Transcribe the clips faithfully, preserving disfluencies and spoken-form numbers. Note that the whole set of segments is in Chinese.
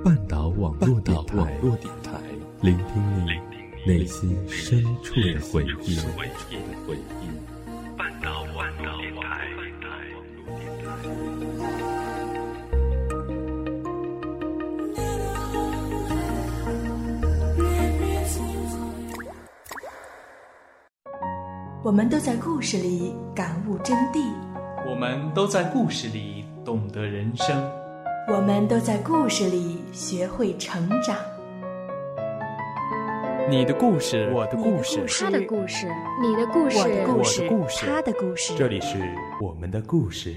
半岛网络电台，聆听你内心深处的回忆。半岛网络电台。 我们都在故事里感悟真谛， 我们都在故事里懂得人生， 我们都在故事里学会成长。 你的故事，我的故事， 他的故事，你的故事， 我的故事， 故事他的故事。 这里是我们的故事。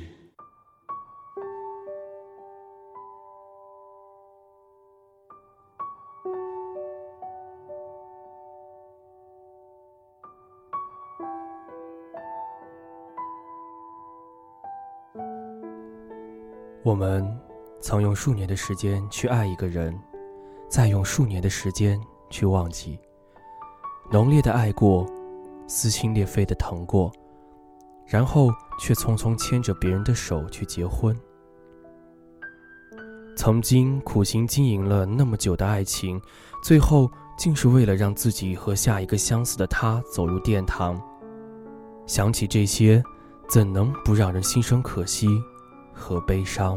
我们曾用数年的时间去爱一个人，再用数年的时间去忘记。浓烈的爱过，撕心裂肺的疼过，然后却匆匆牵着别人的手去结婚。曾经苦心经营了那么久的爱情，最后竟是为了让自己和下一个相似的他走入殿堂。想起这些，怎能不让人心生可惜和悲伤。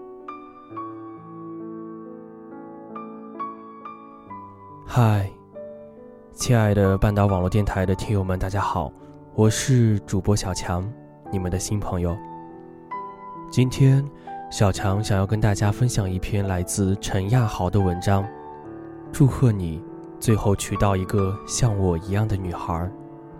嗨，亲爱的半岛网络电台的听友们，大家好，我是主播小强，你们的新朋友。今天小强想要跟大家分享一篇来自陈亚豪的文章，祝贺你最后娶到一个像我一样的女孩。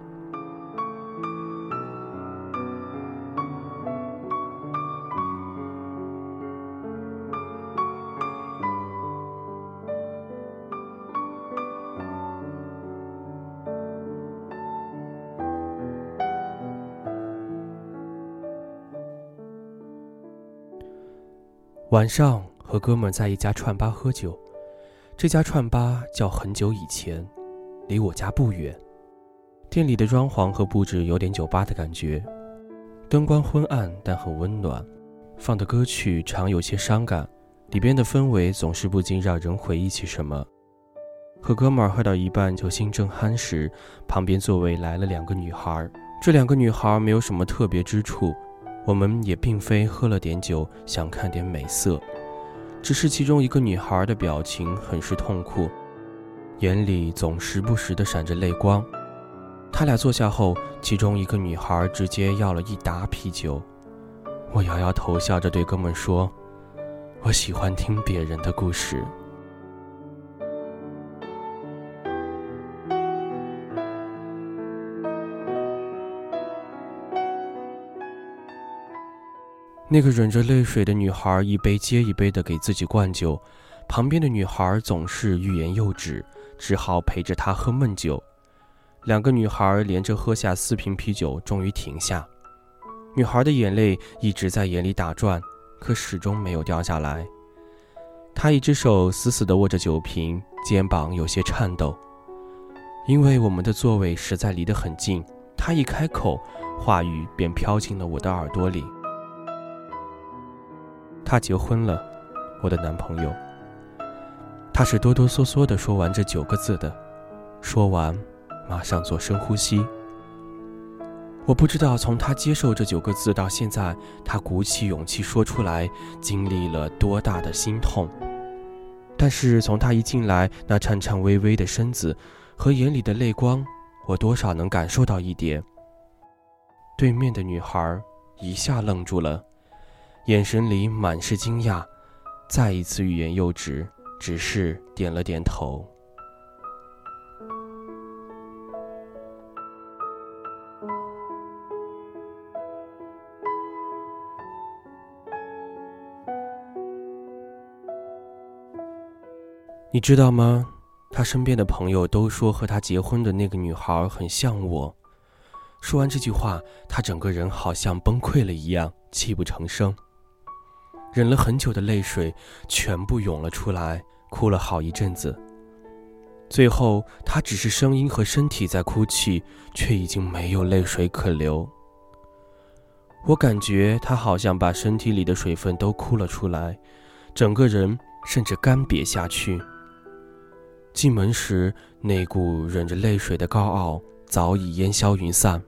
晚上和哥们在一家串吧喝酒，这家串吧叫很久以前，离我家不远。店里的装潢和布置有点酒吧的感觉，灯光昏暗但很温暖，放的歌曲常有些伤感，里边的氛围总是不禁让人回忆起什么。和哥们喝到一半就心正酣时，旁边座位来了两个女孩，这两个女孩没有什么特别之处，我们也并非喝了点酒想看点美色，只是其中一个女孩的表情很是痛苦，眼里总时不时地闪着泪光。他俩坐下后，其中一个女孩直接要了一打啤酒。我摇摇头，笑着对哥们说，我喜欢听别人的故事。那个忍着泪水的女孩一杯接一杯地给自己灌酒，旁边的女孩总是欲言又止，只好陪着她喝闷酒。两个女孩连着喝下四瓶啤酒，终于停下。女孩的眼泪一直在眼里打转，可始终没有掉下来。她一只手死死地握着酒瓶，肩膀有些颤抖。因为我们的座位实在离得很近，她一开口，话语便飘进了我的耳朵里。他结婚了，我的男朋友。他是哆哆嗦嗦地说完这九个字的，说完马上做深呼吸。我不知道从他接受这九个字到现在，他鼓起勇气说出来经历了多大的心痛。但是从他一进来那颤颤巍巍的身子和眼里的泪光，我多少能感受到一点。对面的女孩一下愣住了，眼神里满是惊讶，再一次欲言又止，只是点了点头。你知道吗？他身边的朋友都说和他结婚的那个女孩很像我。说完这句话，他整个人好像崩溃了一样，泣不成声。忍了很久的泪水全部涌了出来，哭了好一阵子。最后他只是声音和身体在哭泣，却已经没有泪水可流。我感觉他好像把身体里的水分都哭了出来，整个人甚至干瘪下去。进门时，那股忍着泪水的高傲早已烟消云散。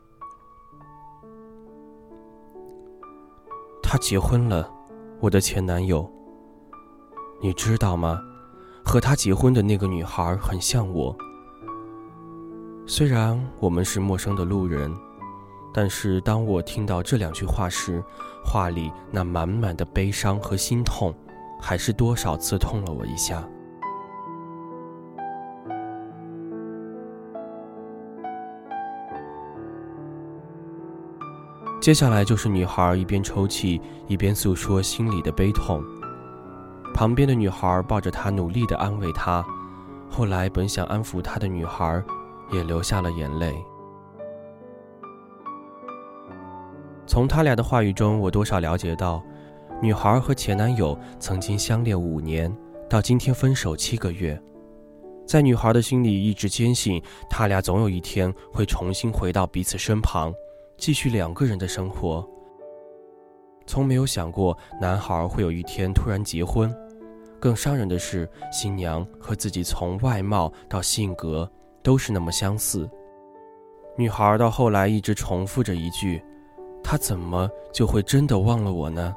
他结婚了，我的前男友。你知道吗？和他结婚的那个女孩很像我。虽然我们是陌生的路人，但是当我听到这两句话时，话里那满满的悲伤和心痛，还是多少刺痛了我一下。接下来就是女孩一边抽泣一边诉说心里的悲痛，旁边的女孩抱着她努力地安慰她，后来本想安抚她的女孩也流下了眼泪。从他俩的话语中，我多少了解到，女孩和前男友曾经相恋五年，到今天分手七个月。在女孩的心里一直坚信，他俩总有一天会重新回到彼此身旁，继续两个人的生活。从没有想过男孩会有一天突然结婚。更伤人的是，新娘和自己从外貌到性格都是那么相似。女孩到后来一直重复着一句，他怎么就会真的忘了我呢？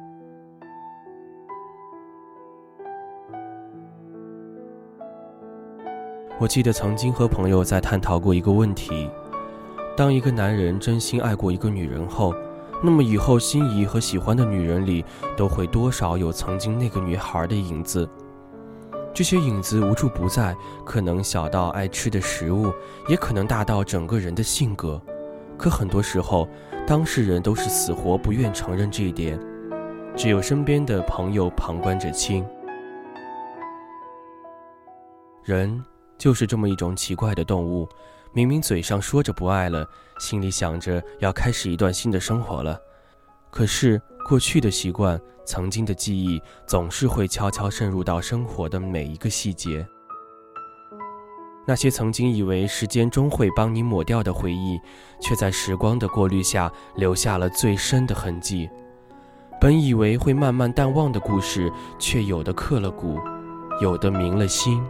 我记得曾经和朋友在探讨过一个问题，当一个男人真心爱过一个女人后，那么以后心仪和喜欢的女人里都会多少有曾经那个女孩的影子。这些影子无处不在，可能小到爱吃的食物，也可能大到整个人的性格。可很多时候，当事人都是死活不愿承认这一点，只有身边的朋友旁观者清。人就是这么一种奇怪的动物，明明嘴上说着不爱了，心里想着要开始一段新的生活了，可是过去的习惯，曾经的记忆，总是会悄悄渗入到生活的每一个细节。那些曾经以为时间终会帮你抹掉的回忆，却在时光的过滤下留下了最深的痕迹。本以为会慢慢淡忘的故事，却有的刻了骨，有的明了心。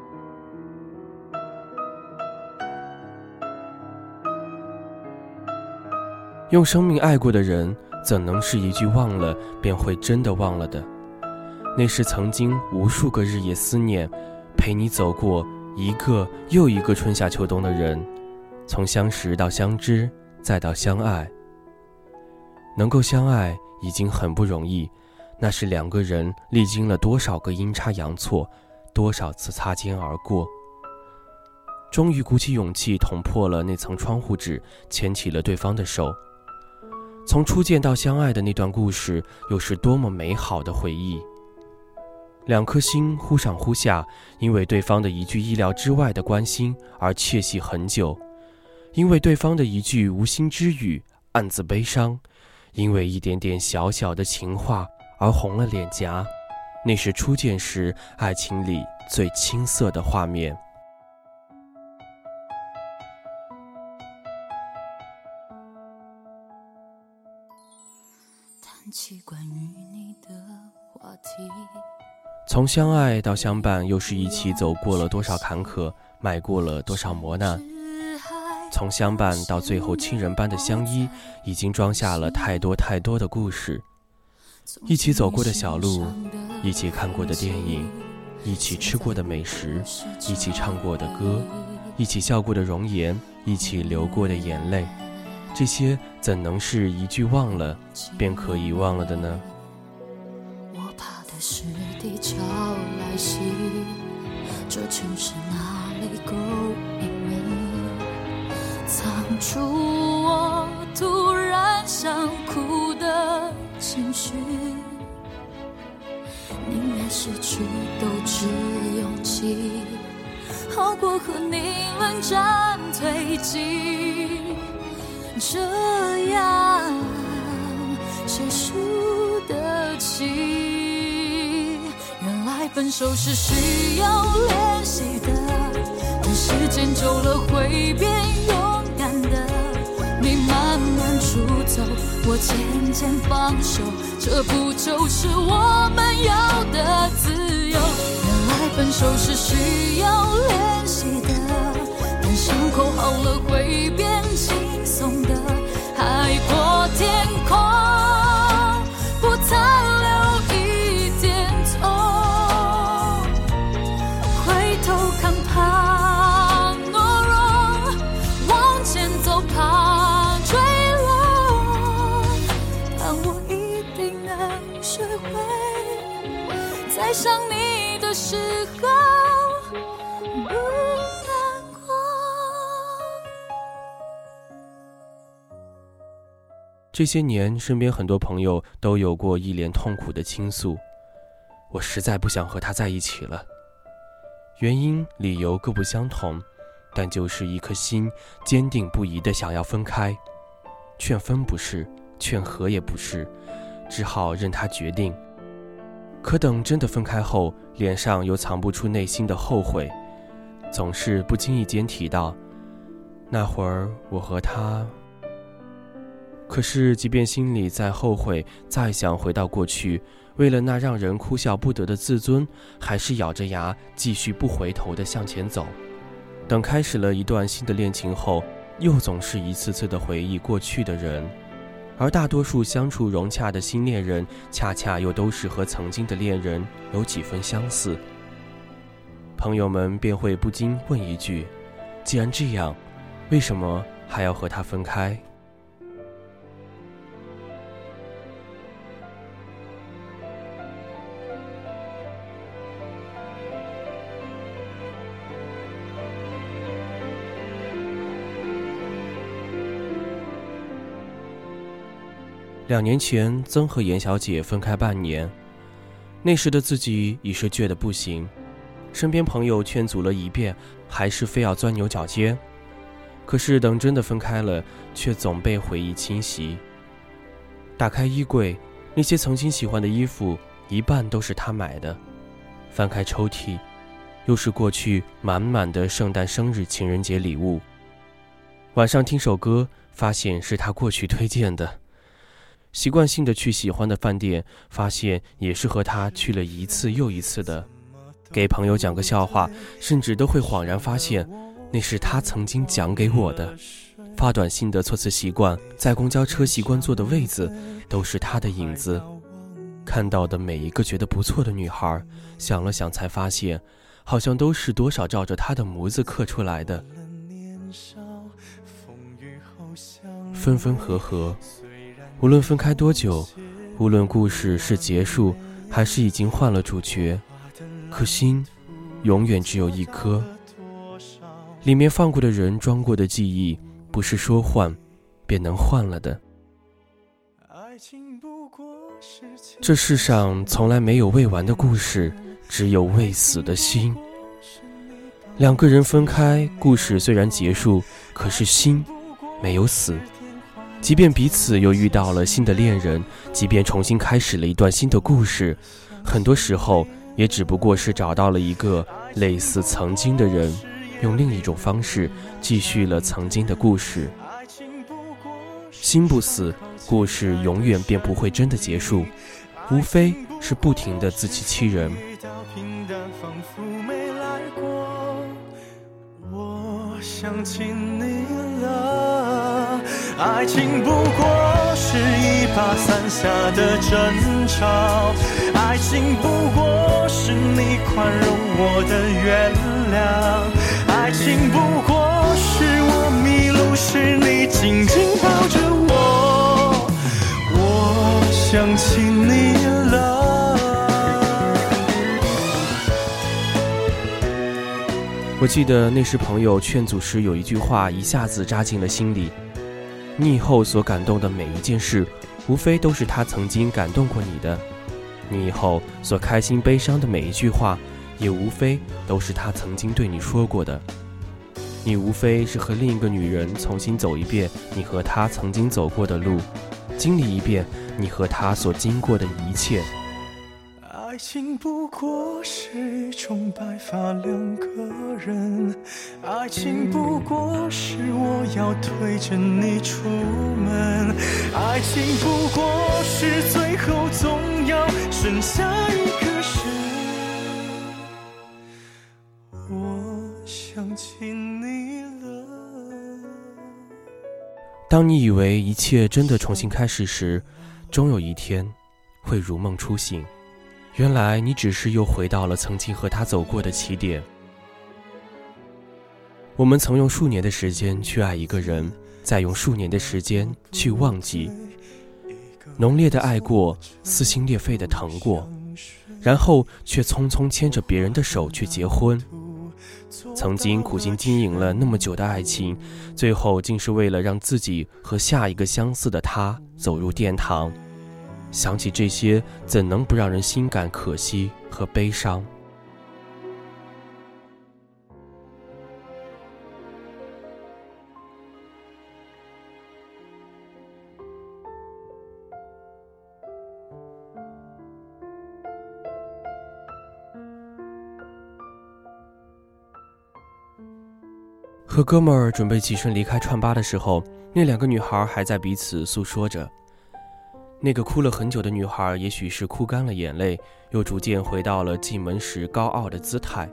用生命爱过的人，怎能是一句忘了便会真的忘了的？那是曾经无数个日夜思念，陪你走过一个又一个春夏秋冬的人，从相识到相知，再到相爱。能够相爱已经很不容易，那是两个人历经了多少个阴差阳错，多少次擦肩而过，终于鼓起勇气捅破了那层窗户纸，牵起了对方的手。从初见到相爱的那段故事，又是多么美好的回忆。两颗心忽上忽下，因为对方的一句意料之外的关心而窃喜很久，因为对方的一句无心之语暗自悲伤，因为一点点小小的情话而红了脸颊。那是初见时爱情里最青涩的画面。 谈起关于你的话题， 从相爱到相伴，又是一起走过了多少坎坷，迈过了多少磨难。从相伴到最后亲人般的相依，已经装下了太多太多的故事。一起走过的小路，一起看过的电影，一起吃过的美食，一起唱过的歌，一起笑过的容颜，一起流过的眼泪，这些怎能是一句忘了便可以忘了的呢？ 我怕的是地潮来袭，这城市哪里够隐秘，藏住我突然想哭的情绪，宁愿失去斗志勇气，好过和你冷战推进，这样谁输得起？原来分手是需要练习的，但时间久了会变勇敢的。你慢慢出走，我渐渐放手，这不就是我们要的手是需要练习的，但伤口好了会变轻松的。海阔天空，不再留一点痛。回头看怕懦弱，往前走怕坠落，但我一定能学会，在想你的时候不难过。 这些年，身边很多朋友都有过一脸痛苦的倾诉，我实在不想和他在一起了。原因、理由各不相同，但就是一颗心坚定不移地想要分开。劝分不是，劝和也不是，只好任他决定。可等真的分开后，脸上又藏不住内心的后悔，总是不经意间提到，那会儿我和他。可是即便心里再后悔，再想回到过去，为了那让人哭笑不得的自尊，还是咬着牙继续不回头地向前走。等开始了一段新的恋情后，又总是一次次地回忆过去的人，而大多数相处融洽的新恋人，恰恰又都是和曾经的恋人有几分相似。朋友们便会不禁问一句，既然这样，为什么还要和他分开？两年前，曾和严小姐分开半年，那时的自己已是倔得不行，身边朋友劝阻了一遍，还是非要钻牛角尖。可是等真的分开了，却总被回忆侵袭。打开衣柜，那些曾经喜欢的衣服，一半都是他买的；翻开抽屉，又是过去满满的圣诞、生日、情人节礼物。晚上听首歌，发现是他过去推荐的。习惯性的去喜欢的饭店，发现也是和他去了一次又一次的。给朋友讲个笑话，甚至都会恍然发现，那是他曾经讲给我的。发短信的措辞习惯，在公交车习惯坐的位子，都是他的影子。看到的每一个觉得不错的女孩，想了想才发现，好像都是多少照着他的模子刻出来的。分分合合，无论分开多久，无论故事是结束还是已经换了主角，可心永远只有一颗。里面放过的人，装过的记忆，不是说换便能换了的。这世上从来没有未完的故事，只有未死的心。两个人分开，故事虽然结束，可是心没有死。即便彼此又遇到了新的恋人，即便重新开始了一段新的故事，很多时候也只不过是找到了一个类似曾经的人，用另一种方式继续了曾经的故事。心不死，故事永远便不会真的结束，无非是不停地自欺欺人。 我想起你了，爱情不过是一把伞下的争吵，爱情不过是你宽容我的原谅，爱情不过是我迷路时你紧紧抱着我，我想起你了。 我记得那时朋友劝阻时有一句话一下子扎进了心里，你以后所感动的每一件事，无非都是他曾经感动过你的；你以后所开心悲伤的每一句话，也无非都是他曾经对你说过的。你无非是和另一个女人重新走一遍你和他曾经走过的路，经历一遍你和他所经过的一切。 爱情不过是一种白发两个人，爱情不过是我要推着你出门，爱情不过是最后总要剩下一个人， 起你了。 当你以为一切真的重新开始时，终有一天会如梦初醒，原来你只是又回到了曾经和他走过的起点。我们曾用数年的时间去爱一个人，再用数年的时间去忘记，浓烈的爱过，撕心裂肺的疼过，然后却匆匆牵着别人的手去结婚。曾经苦心经营了那么久的爱情，最后竟是为了让自己和下一个相似的他走入殿堂。想起这些，怎能不让人心感可惜和悲伤？和哥们儿准备起身离开串吧的时候，那两个女孩还在彼此诉说着。那个哭了很久的女孩也许是哭干了眼泪，又逐渐回到了进门时高傲的姿态。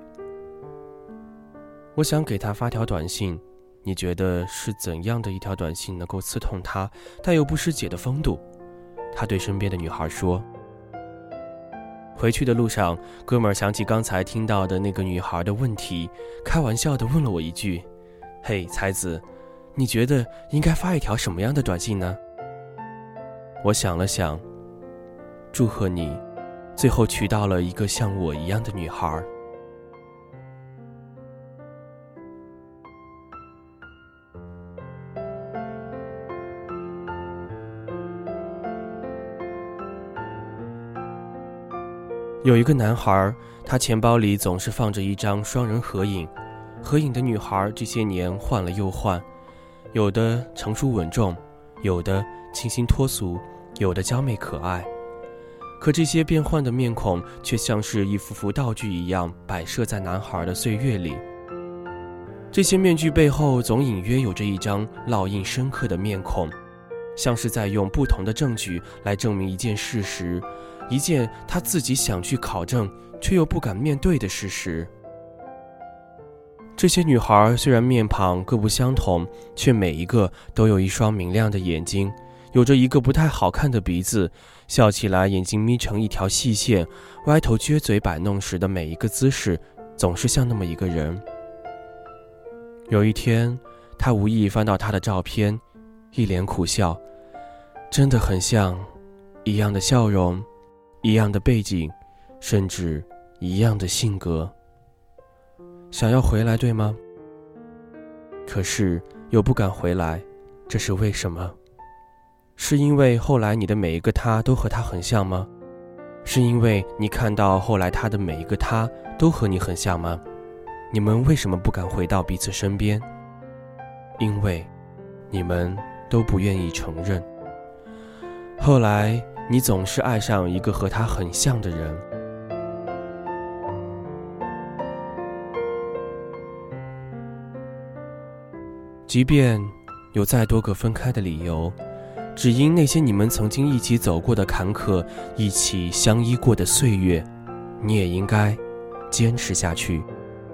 我想给她发条短信，你觉得是怎样的一条短信能够刺痛她，但又不失姐的风度？她对身边的女孩说。回去的路上，哥们儿想起刚才听到的那个女孩的问题，开玩笑地问了我一句，嘿，才子，你觉得应该发一条什么样的短信呢？我想了想，祝贺你，最后娶到了一个像我一样的女孩。有一个男孩，他钱包里总是放着一张双人合影，合影的女孩这些年换了又换，有的成熟稳重，有的清新脱俗，有的娇媚可爱。可这些变换的面孔却像是一幅幅道具一样摆设在男孩的岁月里。这些面具背后总隐约有着一张烙印深刻的面孔，像是在用不同的证据来证明一件事实，一件他自己想去考证却又不敢面对的事实。这些女孩虽然面庞各不相同，却每一个都有一双明亮的眼睛，有着一个不太好看的鼻子，笑起来眼睛眯成一条细线，歪头撅嘴摆弄时的每一个姿势总是像那么一个人。有一天，他无意翻到她的照片，一脸苦笑，真的很像，一样的笑容，一样的背景，甚至一样的性格。想要回来，对吗？可是又不敢回来，这是为什么？是因为后来你的每一个他都和他很像吗？是因为你看到后来他的每一个他都和你很像吗？你们为什么不敢回到彼此身边？因为你们都不愿意承认。后来你总是爱上一个和他很像的人。即便有再多个分开的理由，只因那些你们曾经一起走过的坎坷，一起相依过的岁月，你也应该坚持下去。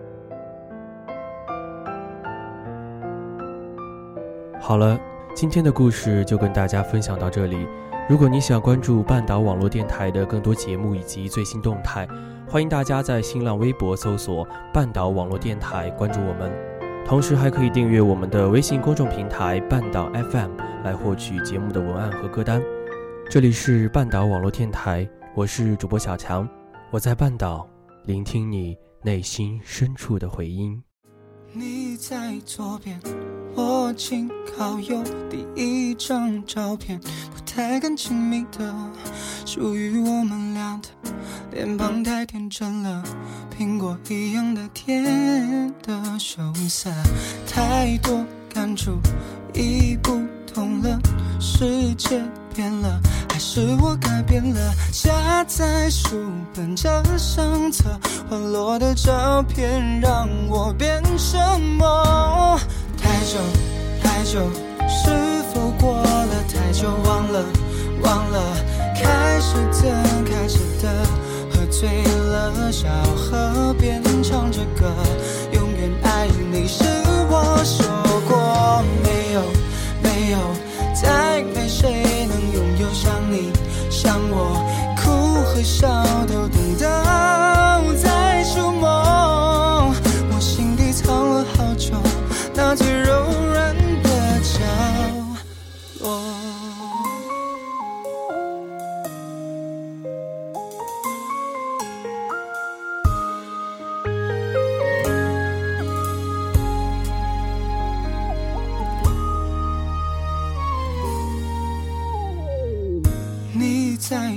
好了，今天的故事就跟大家分享到这里。如果你想关注半岛网络电台的更多节目以及最新动态，欢迎大家在新浪微博搜索半岛网络电台关注我们，同时还可以订阅我们的微信公众平台半岛 F M 来获取节目的文案和歌单。这里是半岛网络电台，我是主播小强，我在半岛聆听你内心深处的回音。 你在左边，我紧靠右，第一张照片不太敢亲密的，属于我们俩的脸庞太天真了，苹果一样的甜的羞涩，太多感触已不同了，世界变了，还是我改变了？夹在书本这相册，滑落的照片让我变什么？太久太久，是否过了太久？忘了忘了，开始的开始的，喝醉了，小河边唱着歌，永远爱你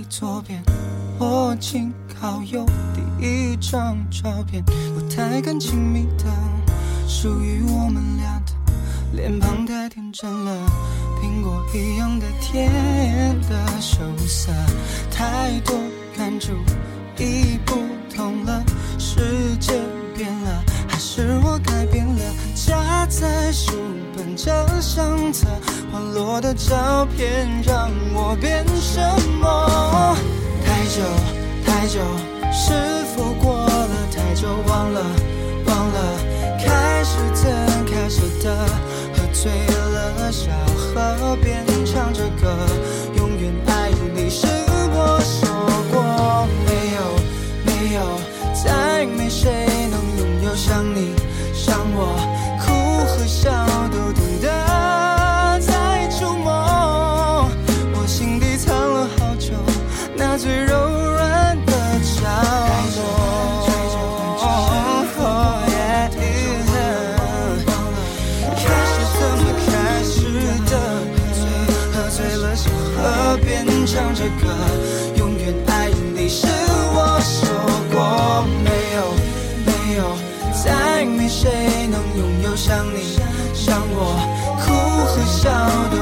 左边，我紧靠右第一张照片，不太敢亲密的，属于我们俩的脸庞太天真了，苹果一样的甜的羞涩，太多感触已不同了，世界变了，还是我改变了？夹在书本这相册，滑落的照片让我变什么？太久太久，是否过了太久？忘了忘了，开始怎开始的？喝醉了，小河边唱着歌，永远爱你是我说过，没有没有，再没谁能拥有像你像我，哭和笑都懂得在触摸，我心底藏了好久那最柔软的角落。开始怎么开始的？喝醉了小河边唱着歌，永远爱你是我说过，没有没有，再没谁能拥有像你像我，哭和笑的